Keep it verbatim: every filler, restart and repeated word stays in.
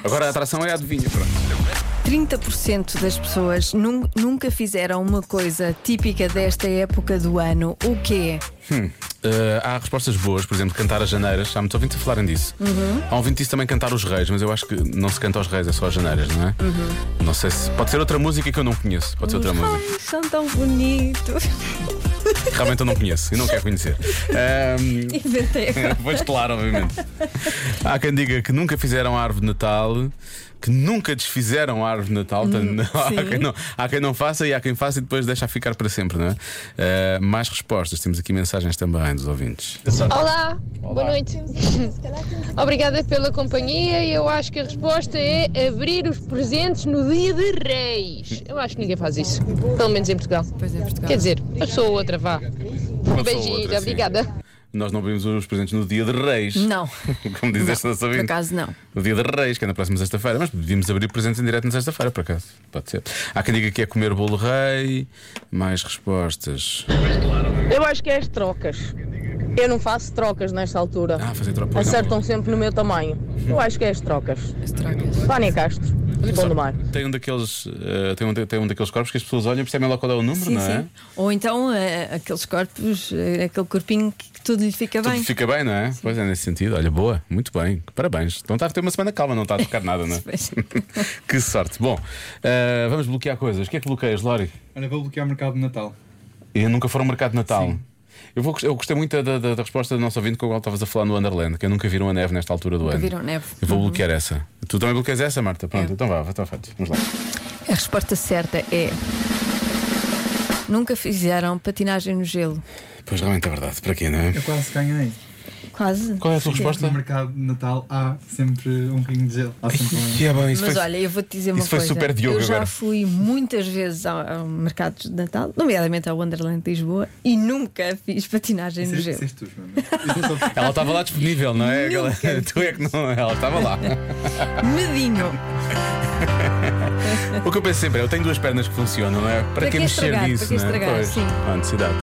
Agora a atração é a adivinha. Pronto. trinta por cento das pessoas nun- nunca fizeram uma coisa típica desta época do ano. O quê? Hum, eh, há respostas boas, por exemplo, cantar as janeiras. Há muitos ouvintes a falarem disso. Há um ouvinte que disse também cantar os reis, mas eu acho que não se canta aos reis, é só as janeiras, não é? Não sei se. Pode ser outra música que eu não conheço. Pode ser outra música. Ai, são tão bonitos. Realmente eu não conheço e não quero conhecer. Ahm, Inventei agora. Pois claro, obviamente. Há quem diga que nunca fizeram a árvore de Natal, que nunca desfizeram a árvore de Natal. Portanto, há, sim. quem não, há quem não faça e há quem faça e depois deixa ficar para sempre, não é? Ah, mais respostas, temos aqui mensagens também dos ouvintes. Olá, boa noite. Obrigada pela companhia. Eu acho que a resposta é abrir os presentes no dia de Reis. Eu acho que ninguém faz isso, pelo menos em Portugal. Pois é, Portugal. Quer dizer, a pessoa ou outra vá. Uma pessoa Beijinho, ou outra, sim. obrigada. Nós não abrimos os presentes no dia de Reis. Não. Como diz esta Não, nossa por ouvinte. acaso não. No dia de Reis, que é na próxima sexta-feira. Mas devíamos abrir presentes em direto na sexta-feira, por acaso. Pode ser. Há quem diga que é comer bolo rei. Mais respostas. Eu acho que é as trocas. Eu não faço trocas nesta altura. Ah, fazer troca. Acertam sempre no meu tamanho. Eu acho que é as trocas. As trocas. Vânia Castro, Bom do Mar. Tem um daqueles, eh, tem, um, tem um daqueles corpos que as pessoas olham e percebem logo qual é o número, Sim, não é? sim. Ou então eh, aqueles corpos, eh, aquele corpinho que, que tudo lhe fica Tudo bem. fica bem, não é? Pois é, nesse sentido. Olha, boa, muito bem, parabéns. Então está a ter uma semana calma, não está a tocar nada, não é? Pois. Que sorte. Bom, eh, vamos bloquear coisas. O que é que bloqueias, Lori? Olha, vou bloquear o mercado de Natal. E nunca foram ao mercado de Natal? Sim. Eu, vou, eu gostei muito da, da, da resposta do nosso ouvinte com o qual estavas a falar no Wonderland, que eu nunca viram a neve nesta altura do Nunca ano. viram neve. Eu vou Uhum. bloquear essa. Tu também bloqueias essa, Marta? Pronto, É. então vá, está feito. Vamos lá. A resposta certa é: nunca fizeram patinagem no gelo. Pois realmente é verdade. Para quê, não é? Eu quase ganhei. Quase. Qual é a tua resposta? No mercado de Natal há sempre um bocadinho de gelo. Há sempre um... Que é bom, isso Mas foi... olha, eu vou-te dizer uma isso foi coisa. super Diogo eu já agora. fui muitas vezes ao, ao mercado de Natal, nomeadamente ao Wonderland de Lisboa, e nunca fiz patinagem no gelo. Disseste tu, Joana. Eu não sou- Ela estava lá disponível, não é? Aquela... Tu é que não, ela estava lá. Medinho. O que eu penso sempre é: eu tenho duas pernas que funcionam, não é? Para, Para que que mexer estragar? nisso, Para que não é? estragar? Pois, Sim. não há necessidade.